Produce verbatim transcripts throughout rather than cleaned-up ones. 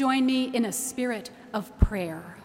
join me in a spirit of prayer.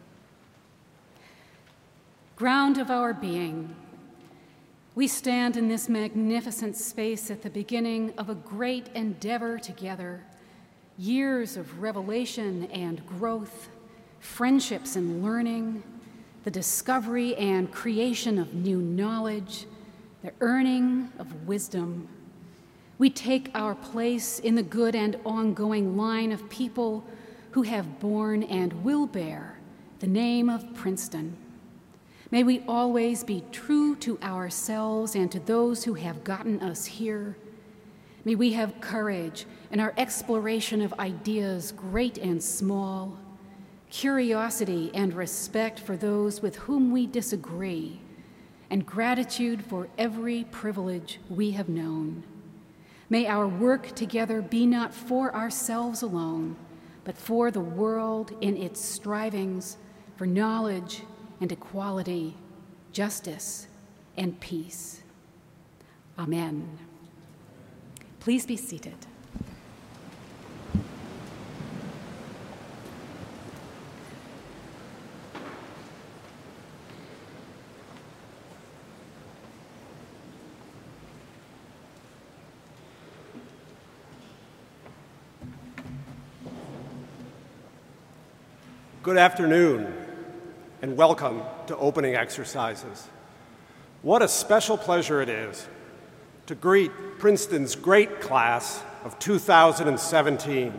Ground of our being, we stand in this magnificent space at the beginning of a great endeavor together, years of revelation and growth, friendships and learning, the discovery and creation of new knowledge, the earning of wisdom. We take our place in the good and ongoing line of people who have borne and will bear the name of Princeton. May we always be true to ourselves and to those who have gotten us here. May we have courage in our exploration of ideas great and small, curiosity and respect for those with whom we disagree, and gratitude for every privilege we have known. May our work together be not for ourselves alone, but for the world in its strivings for knowledge and equality, justice, and peace. Amen. Please be seated. Good afternoon, and welcome to opening exercises. What a special pleasure it is to greet Princeton's great class of two thousand seventeen.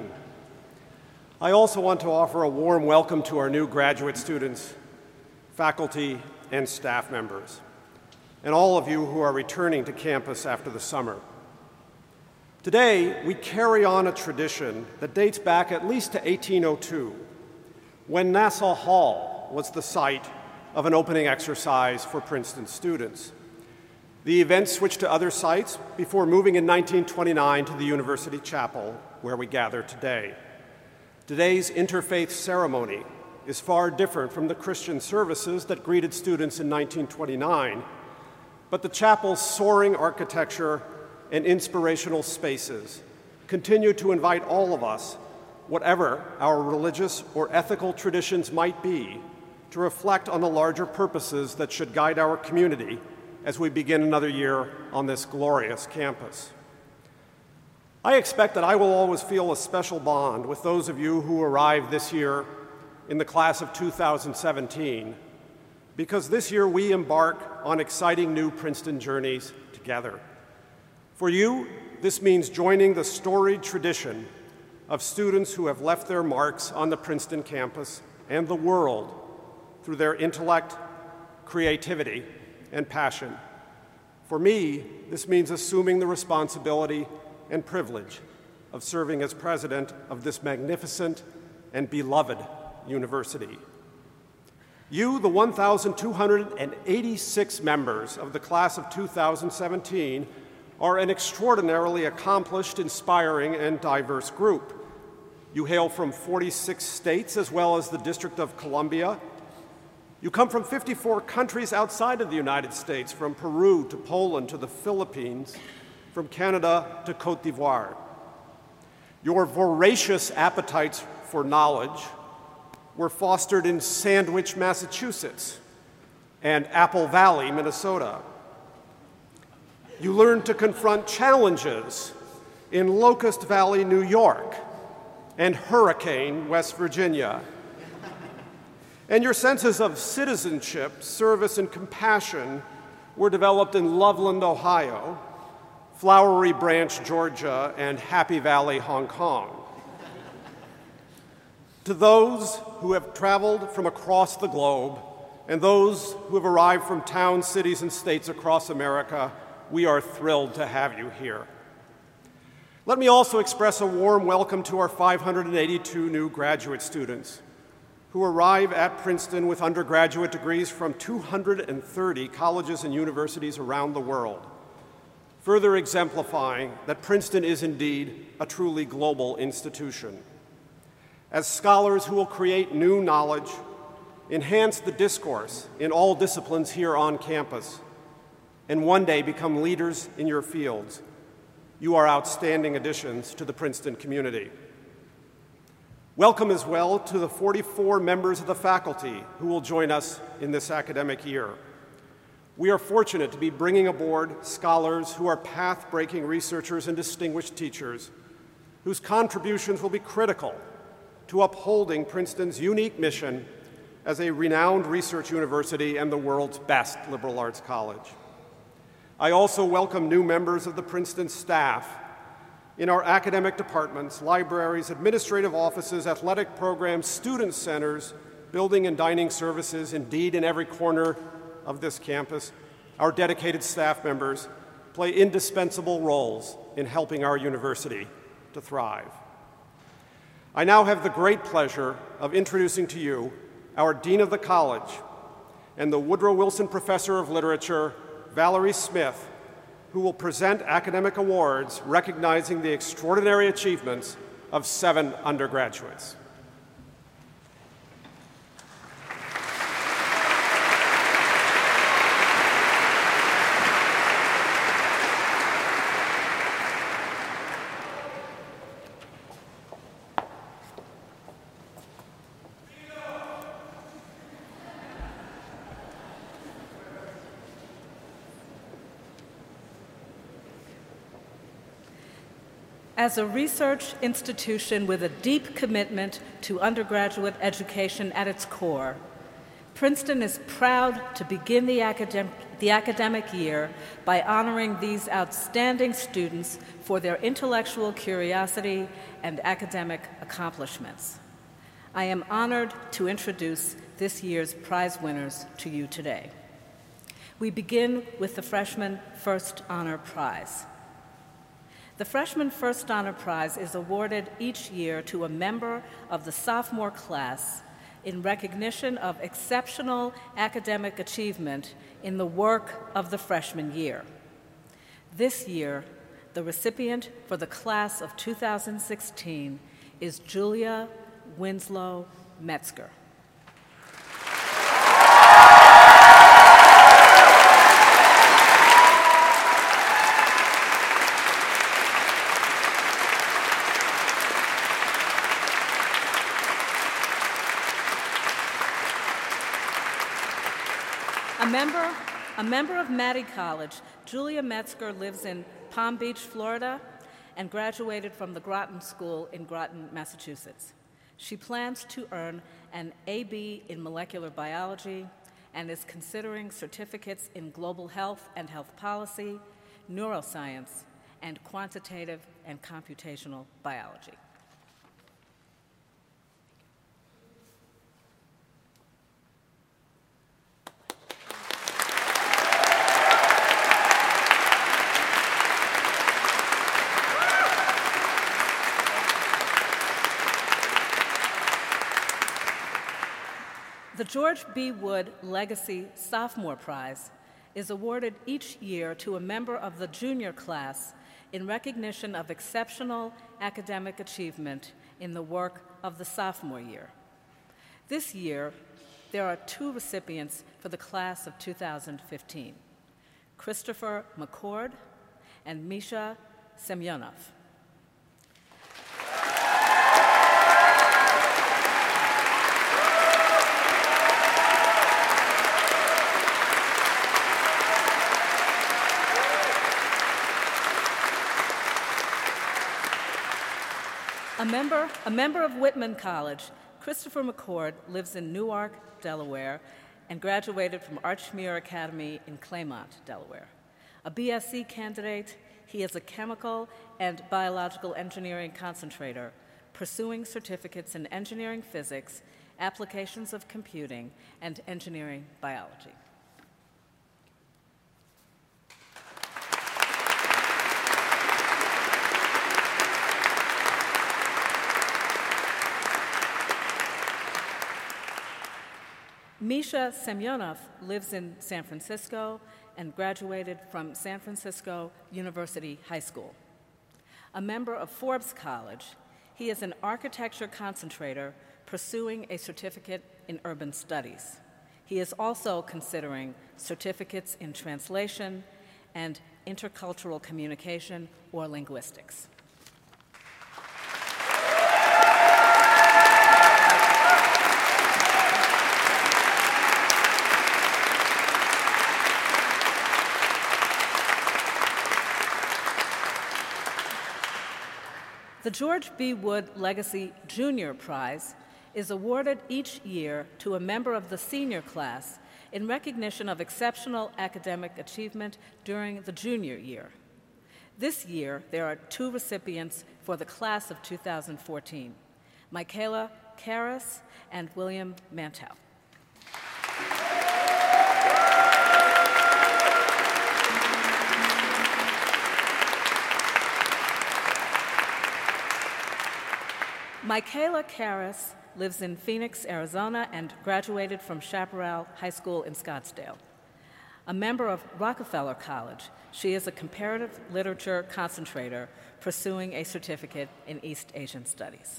I also want to offer a warm welcome to our new graduate students, faculty, and staff members, and all of you who are returning to campus after the summer. Today, we carry on a tradition that dates back at least to eighteen oh two, when Nassau Hall was the site of an opening exercise for Princeton students. The event switched to other sites before moving in nineteen twenty-nine to the University Chapel, where we gather today. Today's interfaith ceremony is far different from the Christian services that greeted students in nineteen twenty-nine, but the chapel's soaring architecture and inspirational spaces continue to invite all of us, whatever our religious or ethical traditions might be, to reflect on the larger purposes that should guide our community as we begin another year on this glorious campus. I expect that I will always feel a special bond with those of you who arrived this year in the class of two thousand seventeen, because this year we embark on exciting new Princeton journeys together. For you, this means joining the storied tradition of students who have left their marks on the Princeton campus and the world through their intellect, creativity, and passion. For me, this means assuming the responsibility and privilege of serving as president of this magnificent and beloved university. You, the one thousand two hundred eighty-six members of the class of two thousand seventeen, are an extraordinarily accomplished, inspiring, and diverse group. You hail from forty-six states as well as the District of Columbia. You come from fifty-four countries outside of the United States, from Peru to Poland to the Philippines, from Canada to Côte d'Ivoire. Your voracious appetites for knowledge were fostered in Sandwich, Massachusetts, and Apple Valley, Minnesota. You learned to confront challenges in Locust Valley, New York, and Hurricane, West Virginia. And your senses of citizenship, service, and compassion were developed in Loveland, Ohio, Flowery Branch, Georgia, and Happy Valley, Hong Kong. To those who have traveled from across the globe and those who have arrived from towns, cities, and states across America, we are thrilled to have you here. Let me also express a warm welcome to our five hundred eighty-two new graduate students who arrive at Princeton with undergraduate degrees from two hundred thirty colleges and universities around the world, further exemplifying that Princeton is indeed a truly global institution. As scholars who will create new knowledge, enhance the discourse in all disciplines here on campus, and one day become leaders in your fields, you are outstanding additions to the Princeton community. Welcome as well to the forty-four members of the faculty who will join us in this academic year. We are fortunate to be bringing aboard scholars who are path-breaking researchers and distinguished teachers whose contributions will be critical to upholding Princeton's unique mission as a renowned research university and the world's best liberal arts college. I also welcome new members of the Princeton staff in our academic departments, libraries, administrative offices, athletic programs, student centers, building and dining services, indeed in every corner of this campus. Our dedicated staff members play indispensable roles in helping our university to thrive. I now have the great pleasure of introducing to you our Dean of the College and the Woodrow Wilson Professor of Literature, Valerie Smith, who will present academic awards recognizing the extraordinary achievements of seven undergraduates. As a research institution with a deep commitment to undergraduate education at its core, Princeton is proud to begin the, academ the academic year by honoring these outstanding students for their intellectual curiosity and academic accomplishments. I am honored to introduce this year's prize winners to you today. We begin with the Freshman First Honor Prize. The Freshman First Honor Prize is awarded each year to a member of the sophomore class in recognition of exceptional academic achievement in the work of the freshman year. This year, the recipient for the class of two thousand sixteen is Julia Winslow Metzger. A member, a member of Mattey College, Julia Metzger lives in Palm Beach, Florida, and graduated from the Groton School in Groton, Massachusetts. She plans to earn an A B in molecular biology and is considering certificates in global health and health policy, neuroscience, and quantitative and computational biology. The George B. Wood Legacy Sophomore Prize is awarded each year to a member of the junior class in recognition of exceptional academic achievement in the work of the sophomore year. This year, there are two recipients for the class of two thousand fifteen, Christopher McCord and Misha Semyonov. A member, a member of Whitman College, Christopher McCord lives in Newark, Delaware, and graduated from Archmere Academy in Claymont, Delaware. A B S c candidate, he is a chemical and biological engineering concentrator, pursuing certificates in engineering physics, applications of computing, and engineering biology. Misha Semyonov lives in San Francisco and graduated from San Francisco University High School. A member of Forbes College, he is an architecture concentrator pursuing a certificate in urban studies. He is also considering certificates in translation and intercultural communication or linguistics. The George B. Wood Legacy Junior Prize is awarded each year to a member of the senior class in recognition of exceptional academic achievement during the junior year. This year, there are two recipients for the class of two thousand fourteen, Michaela Karras and William Mantell. Michaela Karras lives in Phoenix, Arizona, and graduated from Chaparral High School in Scottsdale. A member of Rockefeller College, she is a comparative literature concentrator pursuing a certificate in East Asian Studies.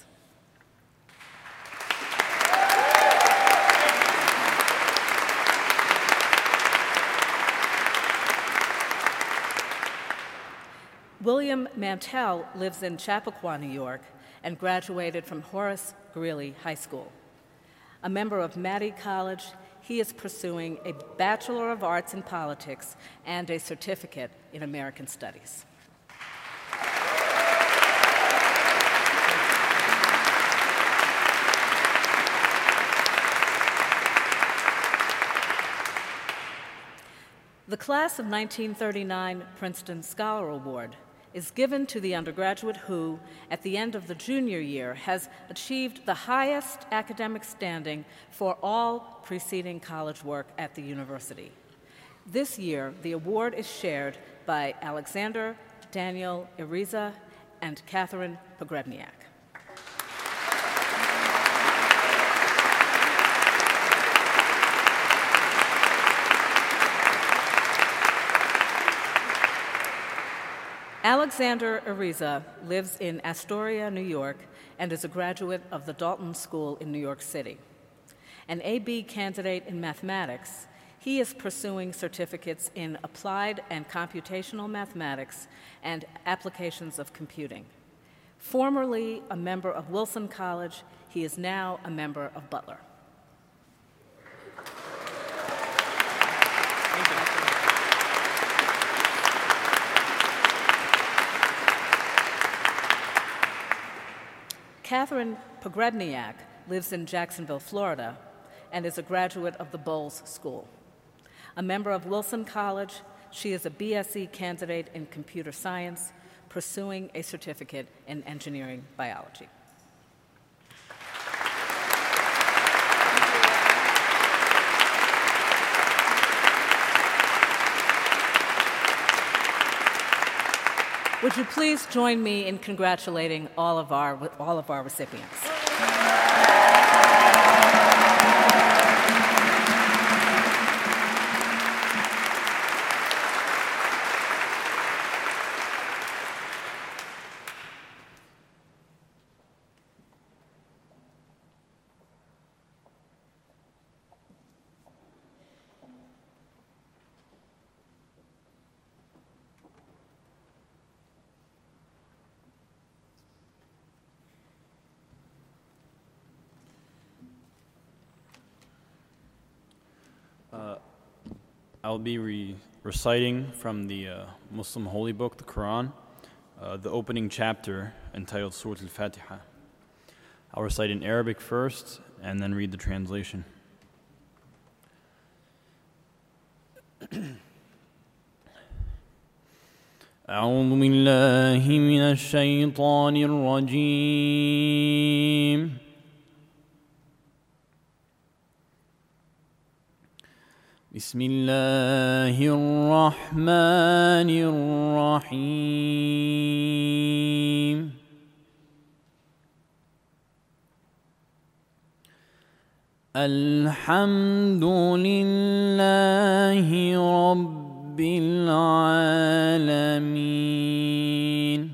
William Mantell lives in Chappaqua, New York, and graduated from Horace Greeley High School. A member of Mattey College, he is pursuing a Bachelor of Arts in Politics and a certificate in American Studies. The class of nineteen thirty-nine Princeton Scholar Award is given to the undergraduate who, at the end of the junior year, has achieved the highest academic standing for all preceding college work at the university. This year, the award is shared by Alexander Daniel Iriza and Catherine Pogrebniak. Alexander Iriza lives in Astoria, New York, and is a graduate of the Dalton School in New York City. An A B candidate in mathematics, he is pursuing certificates in applied and computational mathematics and applications of computing. Formerly a member of Wilson College, he is now a member of Butler. Catherine Pogrebniak lives in Jacksonville, Florida, and is a graduate of the Bowles School. A member of Wilson College, she is a B S c candidate in computer science, pursuing a certificate in engineering biology. Would you please join me in congratulating all of our, all of our recipients? Uh, I'll be re reciting from the uh, Muslim holy book, the Quran, uh, the opening chapter entitled Surah Al-Fatiha. I'll recite in Arabic first and then read the translation. أعوذ بالله من الشيطان الرجيم بسم الله الرحمن الرحيم الحمد لله رب العالمين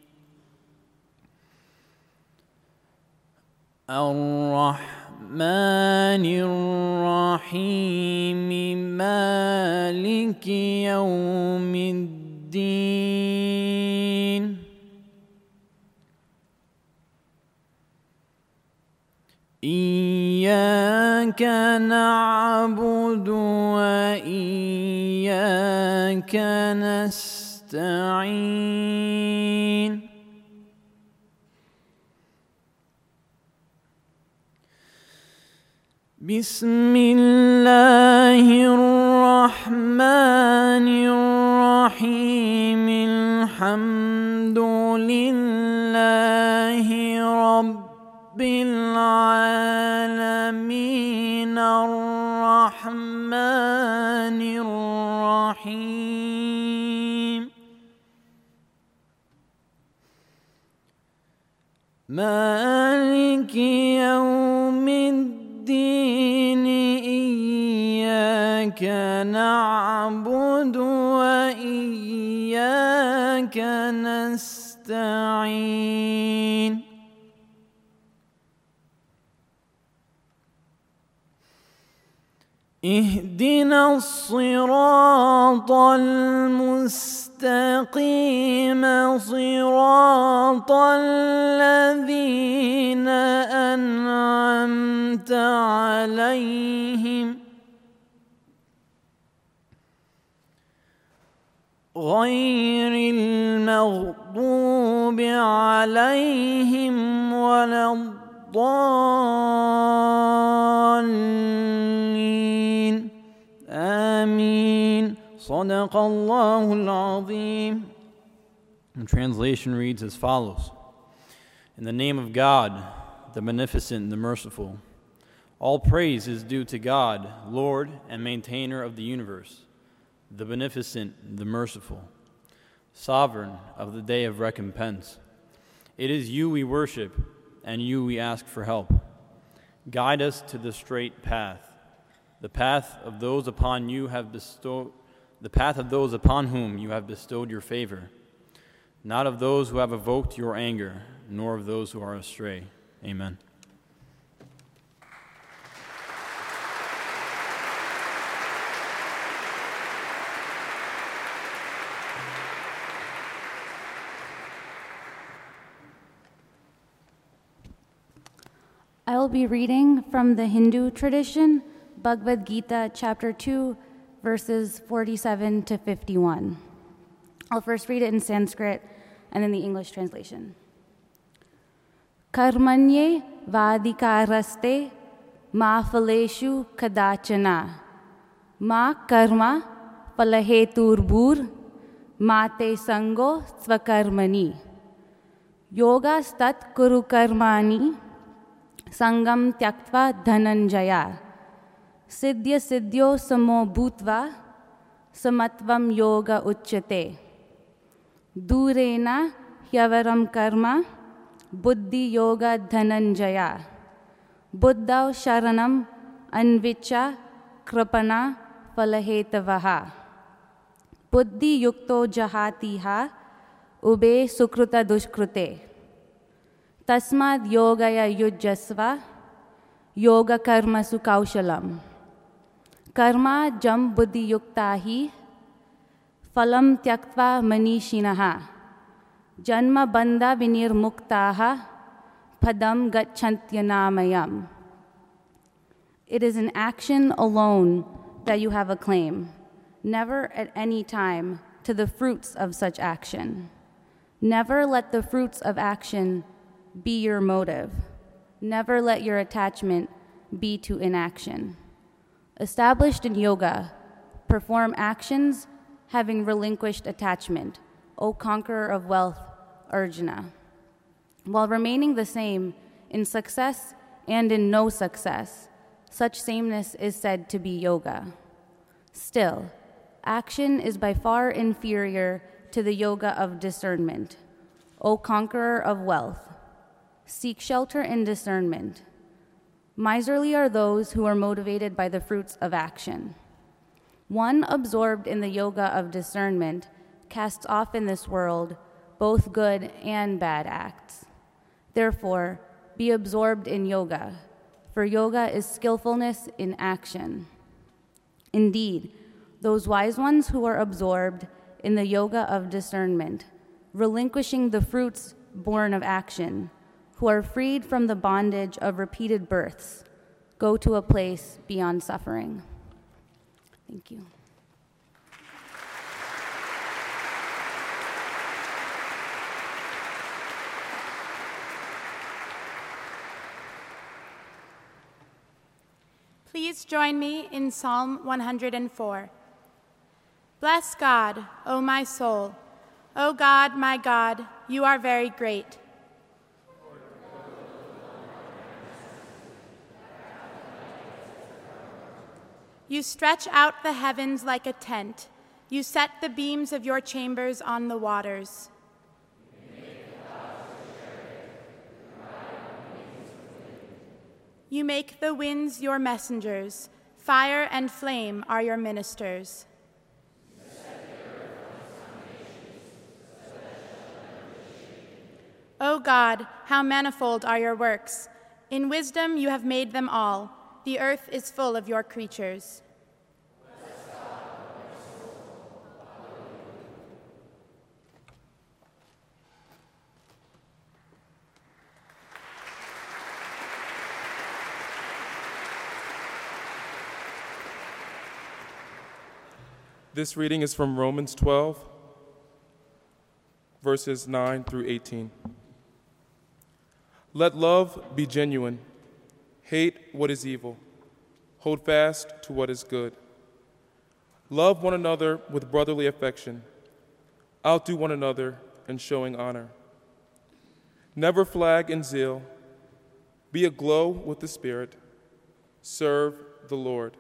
الرحمن الرحيم مالك يوم الدين إياك نعبد وإياك نستعين بسم الله الرحمن الرحيم الحمد لله رب العالمين الرحمن الرحيم مالك يوم الدين إياك نعبد وإياك نستعين اهدنا الصراط المستقيم صراط الذين أنعمت عليهم غير المغضوب عليهم ولا الضالين آمين صدق الله العظيم. The translation reads as follows. In the name of God, the Beneficent and the Merciful, all praise is due to God, Lord and Maintainer of the universe, the Beneficent, the Merciful, Sovereign of the day of recompense. It is you we worship, and you we ask for help. Guide us to the straight path, the path of those upon you have bestowed, the path of those upon whom you have bestowed your favor, not of those who have evoked your anger, nor of those who are astray. Amen. I will be reading from the Hindu tradition, Bhagavad Gita, chapter two, verses forty-seven to fifty-one. I'll first read it in Sanskrit and then the English translation. Karmanye vadikaraste ma phaleshu kadachana ma karma phalaheturbhur ma te sango svakarmani yoga stat kuru karmani Sangam tyaktva dhananjaya Siddhya siddhyo samo bhutva Samatvam yoga uchyate Durena hyavaram karma Buddhi yoga dhananjaya Buddhav sharanam anvicha kripana phalahetavaha Buddhi yukto jahatiha Ube sukruta dushkrute Tasmad yogaya yujjasva, yoga karma sukaushalam. Karma jam buddhi yuktahi, phalam tyaktva manishinaha. Janma bandha vinir muktaha, padam gachantyanamayam. It is in action alone that you have a claim, never at any time to the fruits of such action. Never let the fruits of action be your motive. Never let your attachment be to inaction. Established in yoga, perform actions having relinquished attachment, O conqueror of wealth, Arjuna, while remaining the same in success and in no success. Such sameness is said to be yoga. Still, action is by far inferior to the yoga of discernment, O conqueror of wealth. Seek shelter in discernment. Miserly are those who are motivated by the fruits of action. One absorbed in the yoga of discernment casts off in this world both good and bad acts. Therefore, be absorbed in yoga, for yoga is skillfulness in action. Indeed, those wise ones who are absorbed in the yoga of discernment, relinquishing the fruits born of action, who are freed from the bondage of repeated births, go to a place beyond suffering. Thank you. Please join me in Psalm one hundred four. Bless God, O my soul. O God, my God, you are very great. You stretch out the heavens like a tent. You set the beams of your chambers on the waters. You make the winds your messengers. Fire and flame are your ministers. O God, how manifold are your works. In wisdom you have made them all. The earth is full of your creatures. This reading is from Romans twelve, verses nine through eighteen. Let love be genuine. Hate what is evil. Hold fast to what is good. Love one another with brotherly affection. Outdo one another in showing honor. Never flag in zeal. Be aglow with the Spirit. Serve the Lord.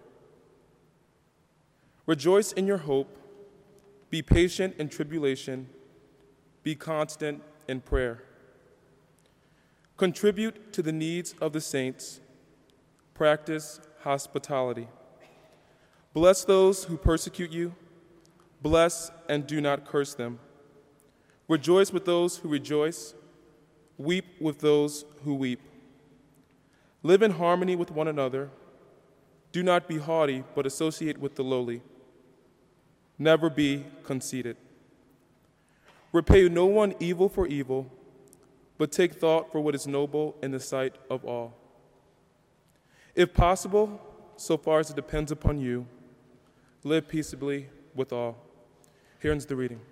Rejoice in your hope. Be patient in tribulation. Be constant in prayer. Contribute to the needs of the saints. Practice hospitality. Bless those who persecute you. Bless and do not curse them. Rejoice with those who rejoice. Weep with those who weep. Live in harmony with one another. Do not be haughty, but associate with the lowly. Never be conceited. Repay no one evil for evil, but take thought for what is noble in the sight of all. If possible, so far as it depends upon you, live peaceably with all. Here ends the reading.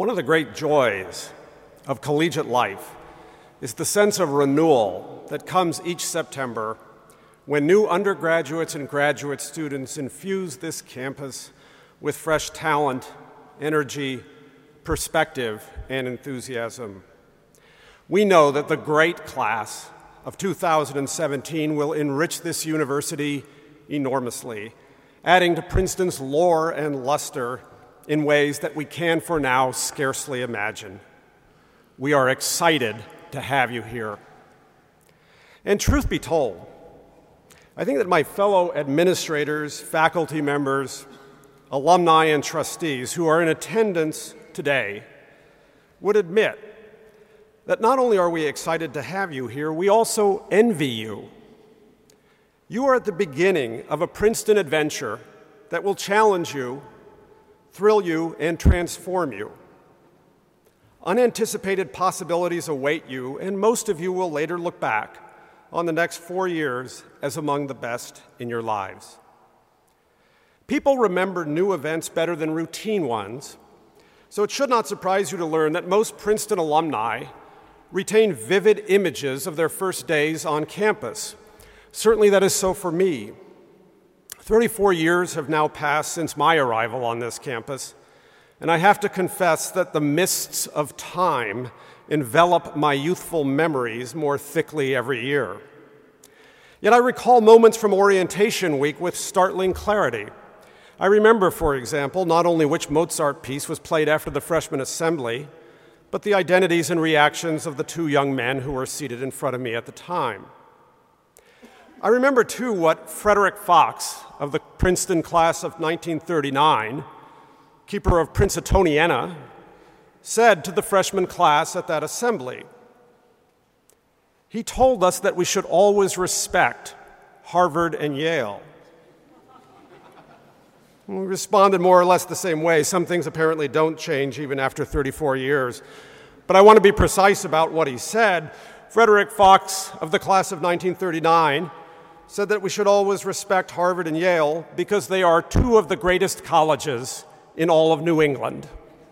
One of the great joys of collegiate life is the sense of renewal that comes each September when new undergraduates and graduate students infuse this campus with fresh talent, energy, perspective, and enthusiasm. We know that the great class of two thousand seventeen will enrich this university enormously, adding to Princeton's lore and luster in ways that we can for now scarcely imagine. We are excited to have you here. And truth be told, I think that my fellow administrators, faculty members, alumni, and trustees who are in attendance today would admit that not only are we excited to have you here, we also envy you. You are at the beginning of a Princeton adventure that will challenge you, thrill you, and transform you. Unanticipated possibilities await you, and most of you will later look back on the next four years as among the best in your lives. People remember new events better than routine ones, so it should not surprise you to learn that most Princeton alumni retain vivid images of their first days on campus. Certainly that is so for me. thirty-four years have now passed since my arrival on this campus, and I have to confess that the mists of time envelop my youthful memories more thickly every year. Yet I recall moments from orientation week with startling clarity. I remember, for example, not only which Mozart piece was played after the freshman assembly, but the identities and reactions of the two young men who were seated in front of me at the time. I remember, too, what Frederick Fox of the Princeton class of nineteen thirty-nine, keeper of Princetoniana, said to the freshman class at that assembly. He told us that we should always respect Harvard and Yale. We responded more or less the same way. Some things apparently don't change even after thirty-four years. But I want to be precise about what he said. Frederick Fox of the class of nineteen thirty-nine said that we should always respect Harvard and Yale because they are two of the greatest colleges in all of New England.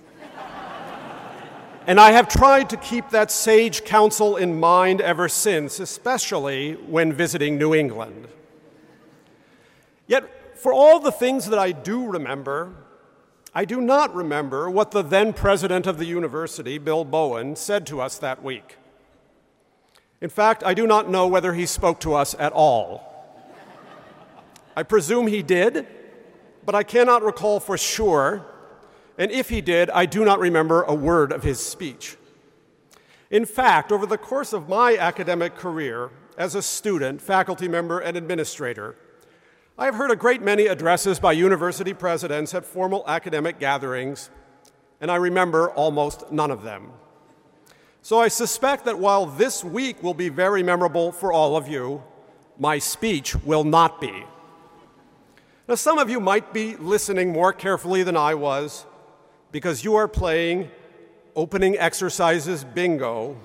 And I have tried to keep that sage counsel in mind ever since, especially when visiting New England. Yet, for all the things that I do remember, I do not remember what the then president of the university, Bill Bowen, said to us that week. In fact, I do not know whether he spoke to us at all. I presume he did, but I cannot recall for sure, and if he did, I do not remember a word of his speech. In fact, over the course of my academic career as a student, faculty member, and administrator, I have heard a great many addresses by university presidents at formal academic gatherings, and I remember almost none of them. So I suspect that while this week will be very memorable for all of you, my speech will not be. Now, some of you might be listening more carefully than I was because you are playing opening exercises bingo.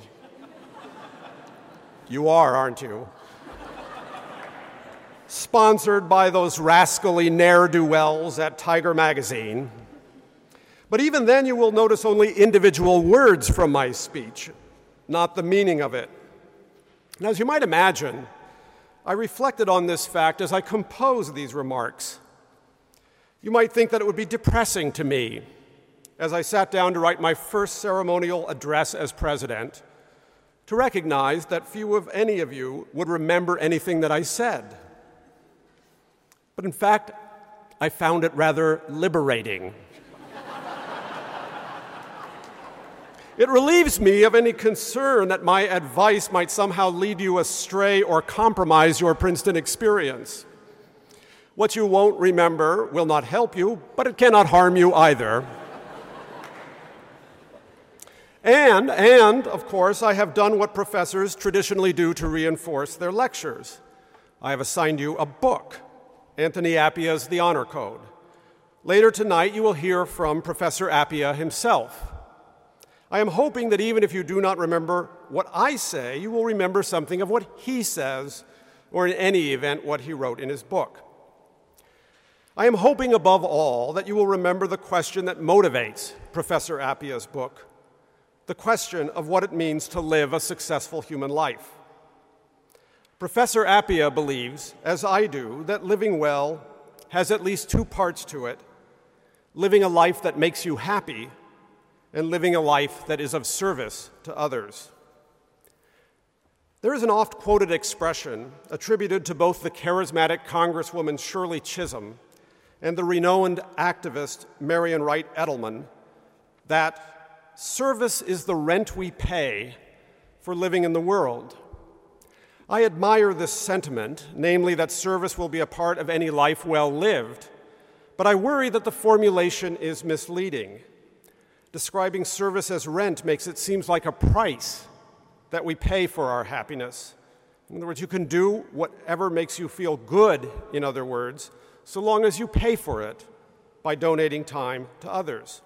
You are, aren't you? Sponsored by those rascally ne'er-do-wells at Tiger Magazine. But even then, you will notice only individual words from my speech, not the meaning of it. And as you might imagine, I reflected on this fact as I composed these remarks. You might think that it would be depressing to me as I sat down to write my first ceremonial address as president to recognize that few of any of you would remember anything that I said. But in fact, I found it rather liberating. It relieves me of any concern that my advice might somehow lead you astray or compromise your Princeton experience. What you won't remember will not help you, but it cannot harm you either. And, and, of course, I have done what professors traditionally do to reinforce their lectures. I have assigned you a book, Anthony Appiah's The Honor Code. Later tonight, you will hear from Professor Appiah himself. I am hoping that even if you do not remember what I say, you will remember something of what he says, or in any event, what he wrote in his book. I am hoping above all that you will remember the question that motivates Professor Appiah's book, the question of what it means to live a successful human life. Professor Appiah believes, as I do, that living well has at least two parts to it: living a life that makes you happy and living a life that is of service to others. There is an oft-quoted expression attributed to both the charismatic Congresswoman Shirley Chisholm and the renowned activist Marian Wright Edelman that service is the rent we pay for living in the world. I admire this sentiment, namely that service will be a part of any life well lived, but I worry that the formulation is misleading. Describing service as rent makes it seem like a price that we pay for our happiness. In other words, you can do whatever makes you feel good, in other words, so long as you pay for it by donating time to others.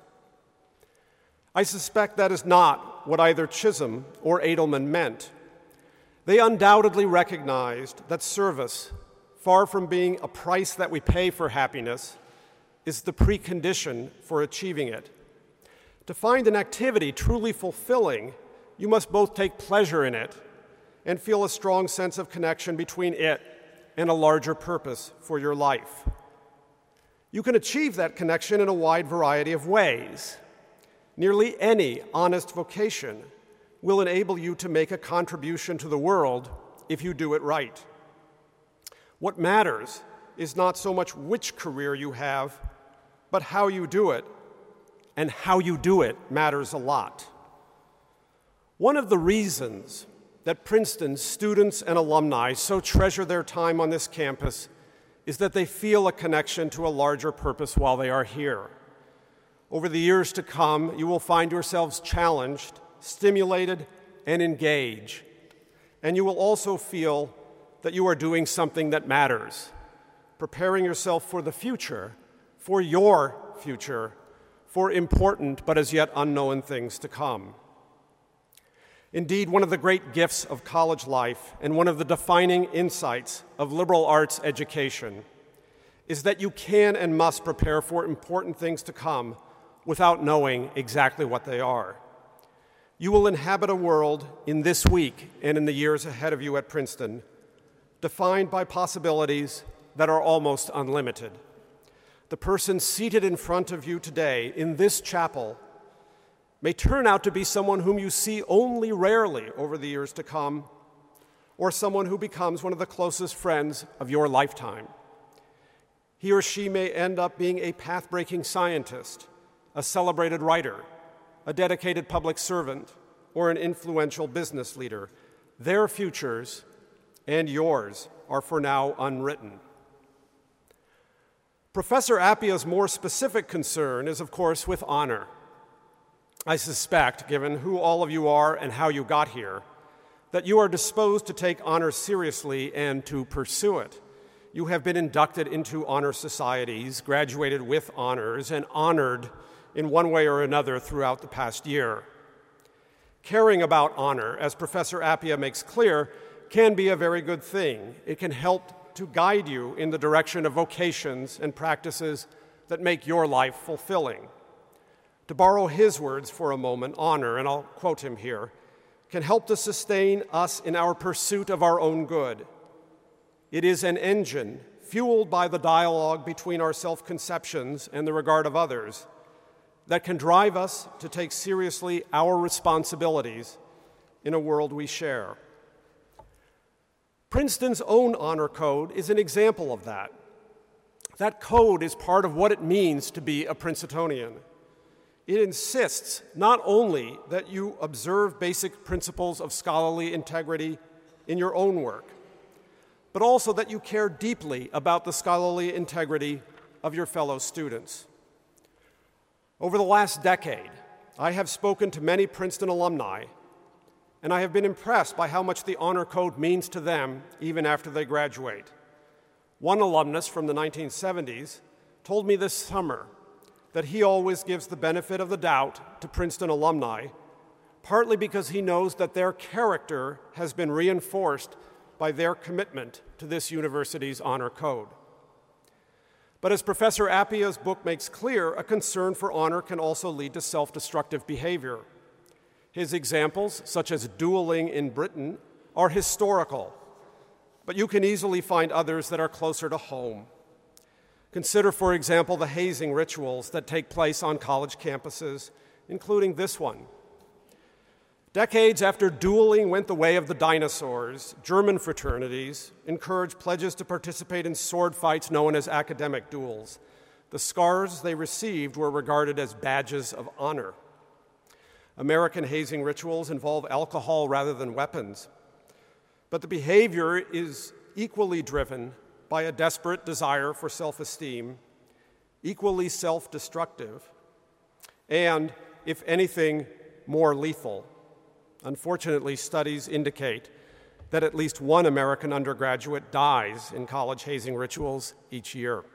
I suspect that is not what either Chisholm or Edelman meant. They undoubtedly recognized that service, far from being a price that we pay for happiness, is the precondition for achieving it. To find an activity truly fulfilling, you must both take pleasure in it and feel a strong sense of connection between it and a larger purpose for your life. You can achieve that connection in a wide variety of ways. Nearly any honest vocation will enable you to make a contribution to the world if you do it right. What matters is not so much which career you have, but how you do it, and how you do it matters a lot. One of the reasons that Princeton students and alumni so treasure their time on this campus is that they feel a connection to a larger purpose while they are here. Over the years to come, you will find yourselves challenged, stimulated, and engaged. And you will also feel that you are doing something that matters, preparing yourself for the future, for your future, for important but as yet unknown things to come. Indeed, one of the great gifts of college life and one of the defining insights of liberal arts education is that you can and must prepare for important things to come without knowing exactly what they are. You will inhabit a world in this week and in the years ahead of you at Princeton defined by possibilities that are almost unlimited. The person seated in front of you today in this chapel may turn out to be someone whom you see only rarely over the years to come, or someone who becomes one of the closest friends of your lifetime. He or she may end up being a path-breaking scientist, a celebrated writer, a dedicated public servant, or an influential business leader. Their futures and yours are for now unwritten. Professor Appiah's more specific concern is, of course, with honor. I suspect, given who all of you are and how you got here, that you are disposed to take honor seriously and to pursue it. You have been inducted into honor societies, graduated with honors, and honored in one way or another throughout the past year. Caring about honor, as Professor Appiah makes clear, can be a very good thing. It can help to guide you in the direction of vocations and practices that make your life fulfilling. To borrow his words for a moment, honor, and I'll quote him here, can help to sustain us in our pursuit of our own good. It is an engine fueled by the dialogue between our self-conceptions and the regard of others that can drive us to take seriously our responsibilities in a world we share. Princeton's own honor code is an example of that. That code is part of what it means to be a Princetonian. It insists not only that you observe basic principles of scholarly integrity in your own work, but also that you care deeply about the scholarly integrity of your fellow students. Over the last decade, I have spoken to many Princeton alumni, and I have been impressed by how much the honor code means to them even after they graduate. One alumnus from the nineteen seventies told me this summer that he always gives the benefit of the doubt to Princeton alumni, partly because he knows that their character has been reinforced by their commitment to this university's honor code. But as Professor Appiah's book makes clear, a concern for honor can also lead to self-destructive behavior. His examples, such as dueling in Britain, are historical, but you can easily find others that are closer to home. Consider, for example, the hazing rituals that take place on college campuses, including this one. Decades after dueling went the way of the dinosaurs, German fraternities encouraged pledges to participate in sword fights known as academic duels. The scars they received were regarded as badges of honor. American hazing rituals involve alcohol rather than weapons, but the behavior is equally driven by a desperate desire for self-esteem, equally self-destructive, and, if anything, more lethal. Unfortunately, studies indicate that at least one American undergraduate dies in college hazing rituals each year.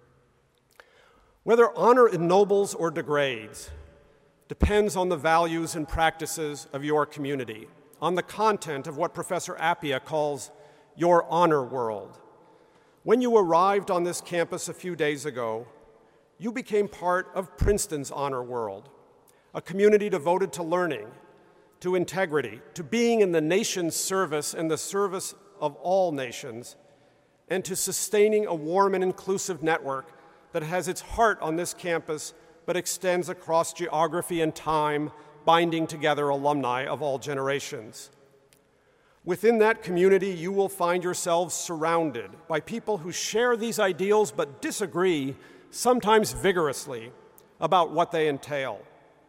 Whether honor ennobles or degrades depends on the values and practices of your community, on the content of what Professor Appiah calls your honor world. When you arrived on this campus a few days ago, you became part of Princeton's honor world, a community devoted to learning, to integrity, to being in the nation's service and the service of all nations, and to sustaining a warm and inclusive network that has its heart on this campus but extends across geography and time, binding together alumni of all generations. Within that community, you will find yourselves surrounded by people who share these ideals but disagree, sometimes vigorously, about what they entail.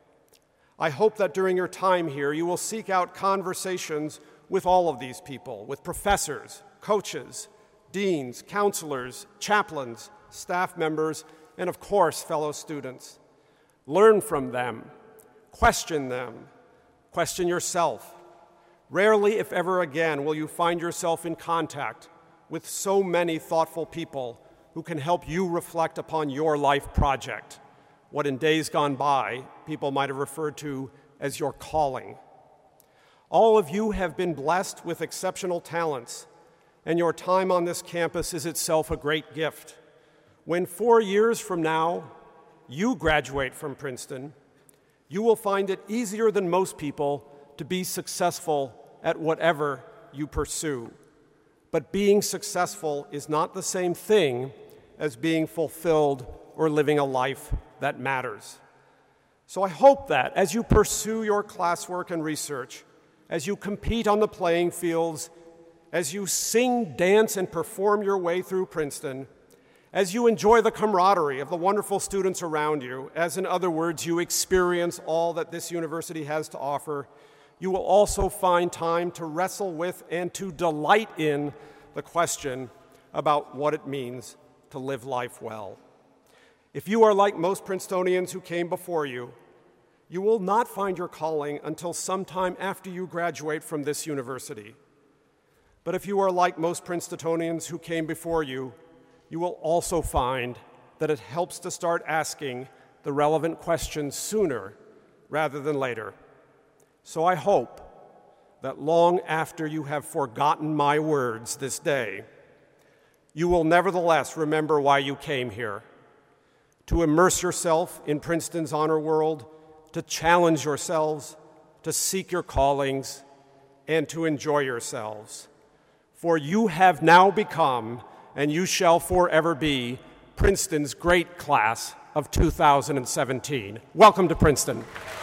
I hope that during your time here, you will seek out conversations with all of these people, with professors, coaches, deans, counselors, chaplains, staff members, and of course, fellow students. Learn from them, question them, question yourself. Rarely, if ever again, will you find yourself in contact with so many thoughtful people who can help you reflect upon your life project, what in days gone by people might have referred to as your calling. All of you have been blessed with exceptional talents, and your time on this campus is itself a great gift. When four years from now you graduate from Princeton, you will find it easier than most people to be successful at whatever you pursue. But being successful is not the same thing as being fulfilled or living a life that matters. So I hope that as you pursue your classwork and research, as you compete on the playing fields, as you sing, dance, and perform your way through Princeton, as you enjoy the camaraderie of the wonderful students around you, as in other words, you experience all that this university has to offer, you will also find time to wrestle with and to delight in the question about what it means to live life well. If you are like most Princetonians who came before you, you will not find your calling until sometime after you graduate from this university. But if you are like most Princetonians who came before you, you will also find that it helps to start asking the relevant questions sooner rather than later. So I hope that long after you have forgotten my words this day, you will nevertheless remember why you came here. To immerse yourself in Princeton's honor world, to challenge yourselves, to seek your callings, and to enjoy yourselves. For you have now become, and you shall forever be, Princeton's great class of two thousand seventeen. Welcome to Princeton.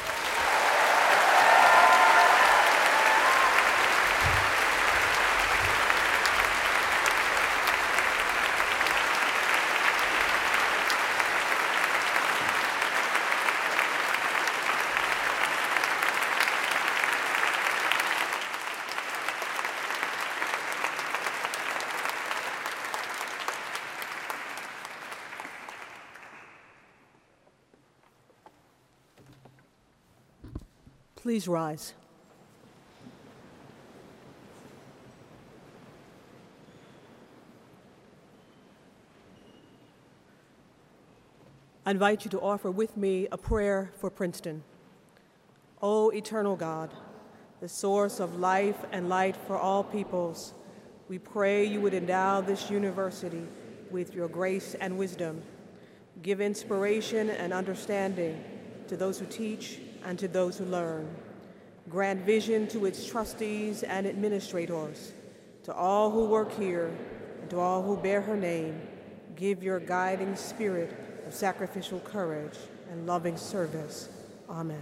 Please rise. I invite you to offer with me a prayer for Princeton. O eternal God, the source of life and light for all peoples, we pray you would endow this university with your grace and wisdom, Give inspiration and understanding to those who teach and to those who learn. Grant vision to its trustees and administrators. To all who work here and to all who bear her name, give your guiding spirit of sacrificial courage and loving service. Amen.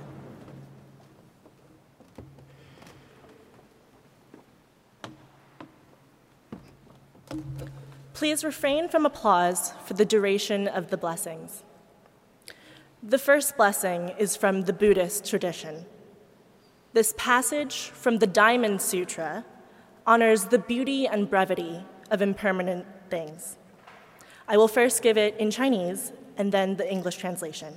Please refrain from applause for the duration of the blessings. The first blessing is from the Buddhist tradition. This passage from the Diamond Sutra honors the beauty and brevity of impermanent things. I will first give it in Chinese and then the English translation.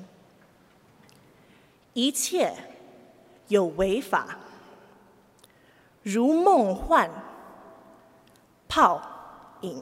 一切有为法，如梦幻，泡影。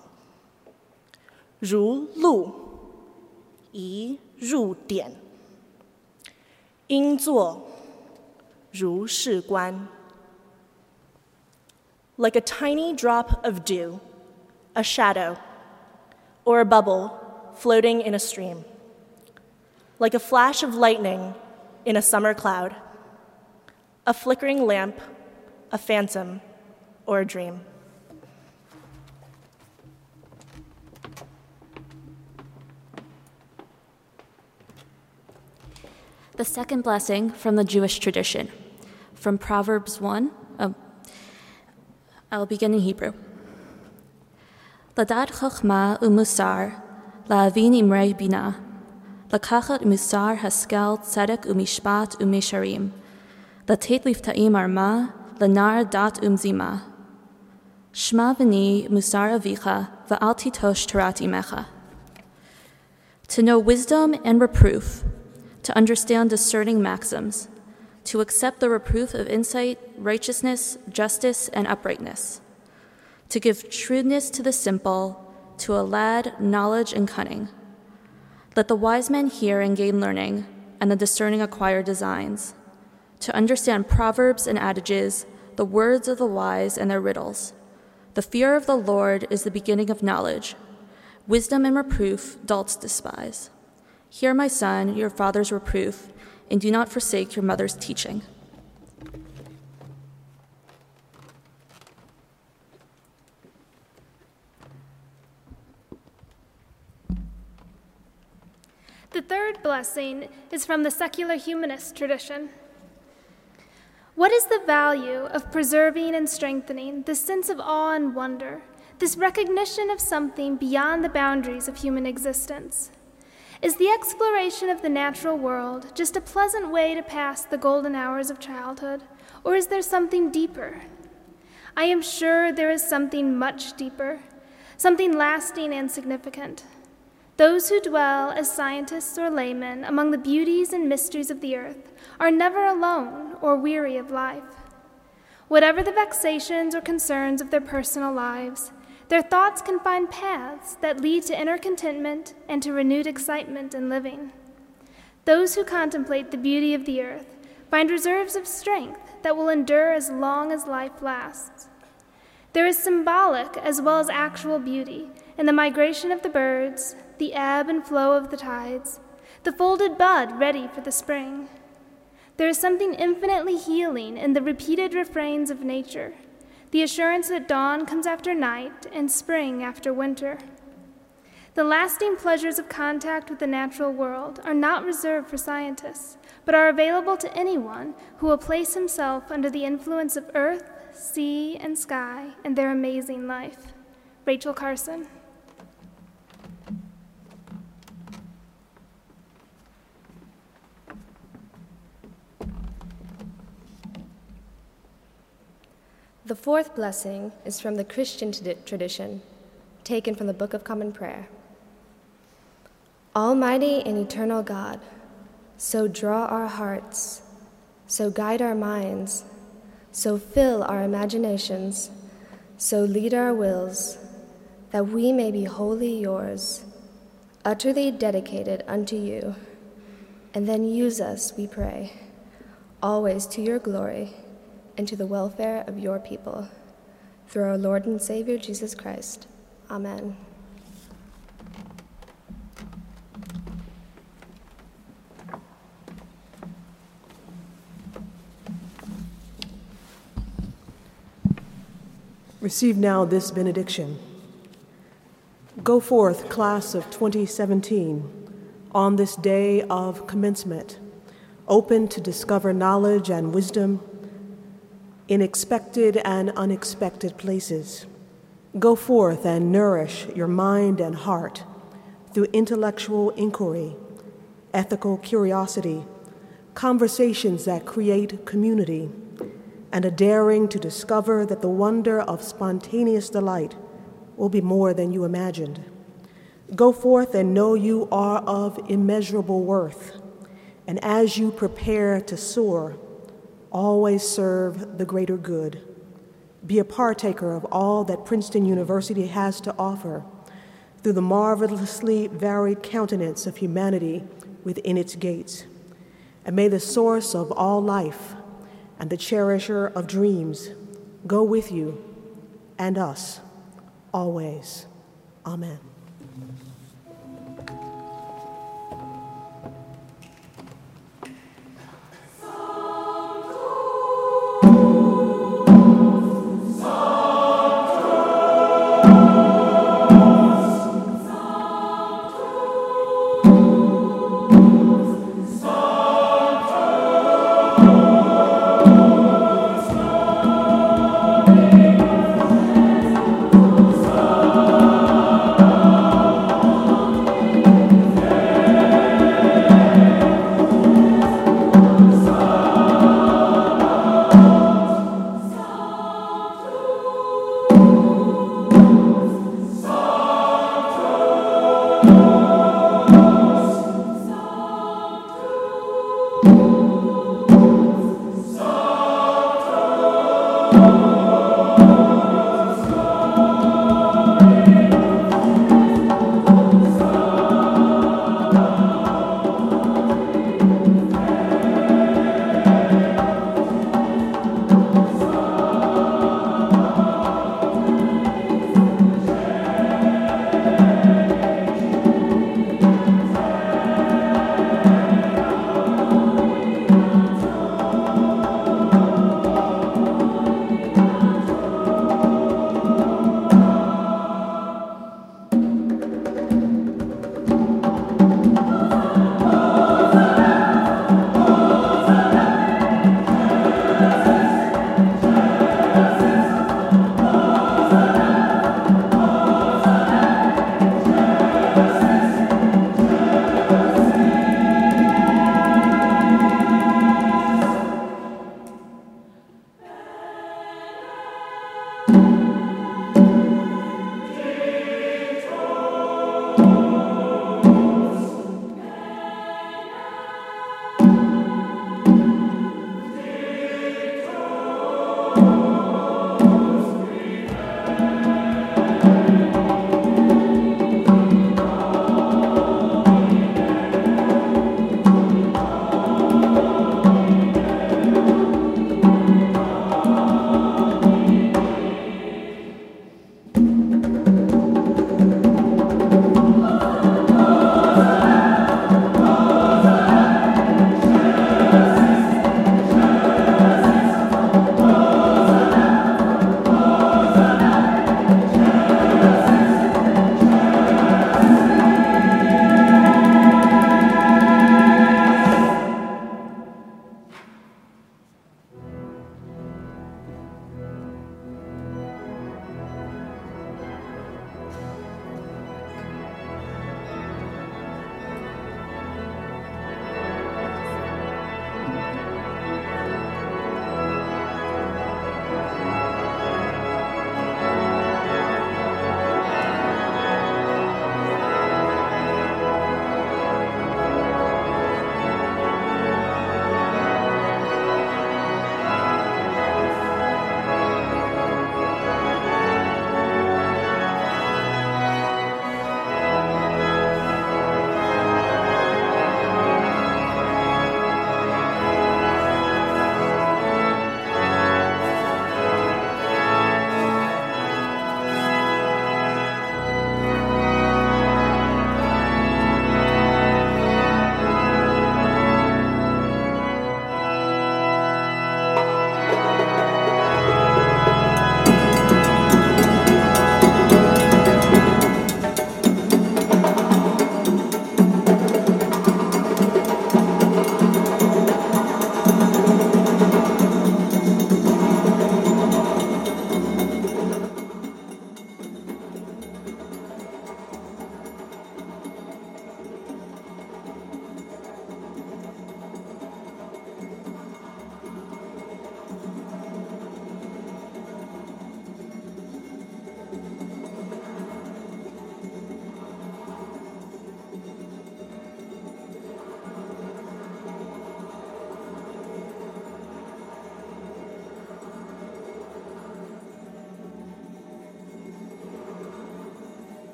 如露，一入点，应作如是观。Like a tiny drop of dew, a shadow, or a bubble floating in a stream. Like a flash of lightning in a summer cloud, a flickering lamp, a phantom, or a dream. The second blessing from the Jewish tradition, from Proverbs one. Oh, I'll begin in Hebrew. Ladat chachma umusar, la'avin imrei bina, lakachat musar haskel tzedek umishpat umesharim, latet liftaim arma, lanar dat umzima. Shma v'ni musar avicha, va'al titosh tarat imecha. To know wisdom and reproof, to understand discerning maxims, to accept the reproof of insight, righteousness, justice, and uprightness, to give shrewdness to the simple, to a lad knowledge and cunning. Let the wise men hear and gain learning, and the discerning acquire designs, to understand proverbs and adages, the words of the wise and their riddles. The fear of the Lord is the beginning of knowledge. Wisdom and reproof dolts despise. Hear, my son, your father's reproof, and do not forsake your mother's teaching. The third blessing is from the secular humanist tradition. What is the value of preserving and strengthening this sense of awe and wonder, this recognition of something beyond the boundaries of human existence? Is the exploration of the natural world just a pleasant way to pass the golden hours of childhood, or is there something deeper? I am sure there is something much deeper, something lasting and significant. Those who dwell as scientists or laymen among the beauties and mysteries of the earth are never alone or weary of life. Whatever the vexations or concerns of their personal lives, their thoughts can find paths that lead to inner contentment and to renewed excitement in living. Those who contemplate the beauty of the earth find reserves of strength that will endure as long as life lasts. There is symbolic as well as actual beauty in the migration of the birds, the ebb and flow of the tides, the folded bud ready for the spring. There is something infinitely healing in the repeated refrains of nature, the assurance that dawn comes after night and spring after winter. The lasting pleasures of contact with the natural world are not reserved for scientists, but are available to anyone who will place himself under the influence of earth, sea, and sky in their amazing life. Rachel Carson. The fourth blessing is from the Christian tradition, taken from the Book of Common Prayer. Almighty and eternal God, so draw our hearts, so guide our minds, so fill our imaginations, so lead our wills, that we may be wholly yours, utterly dedicated unto you, and then use us, we pray, always to your glory and to the welfare of your people. Through our Lord and Savior, Jesus Christ. Amen. Receive now this benediction. Go forth, class of twenty seventeen, on this day of commencement, open to discover knowledge and wisdom in expected and unexpected places. Go forth and nourish your mind and heart through intellectual inquiry, ethical curiosity, conversations that create community, and a daring to discover that the wonder of spontaneous delight will be more than you imagined. Go forth and know you are of immeasurable worth, and as you prepare to soar, always serve the greater good. Be a partaker of all that Princeton University has to offer through the marvelously varied countenance of humanity within its gates. And may the source of all life and the cherisher of dreams go with you and us always. Amen.